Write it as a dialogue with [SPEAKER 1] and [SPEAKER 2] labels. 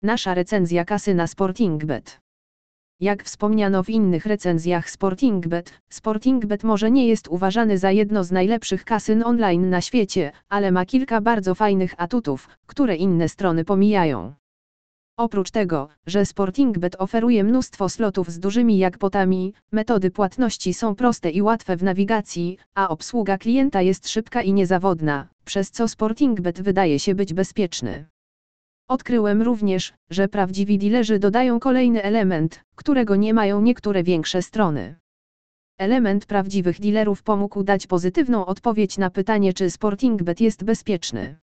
[SPEAKER 1] Nasza recenzja kasyna Sportingbet. Jak wspomniano w innych recenzjach Sportingbet może nie jest uważany za jedno z najlepszych kasyn online na świecie, ale ma kilka bardzo fajnych atutów, które inne strony pomijają. Oprócz tego, że Sportingbet oferuje mnóstwo slotów z dużymi jackpotami, metody płatności są proste i łatwe w nawigacji, a obsługa klienta jest szybka i niezawodna, przez co Sportingbet wydaje się być bezpieczny. Odkryłem również, że prawdziwi dealerzy dodają kolejny element, którego nie mają niektóre większe strony. Element prawdziwych dealerów pomógł dać pozytywną odpowiedź na pytanie, czy Sportingbet jest bezpieczny.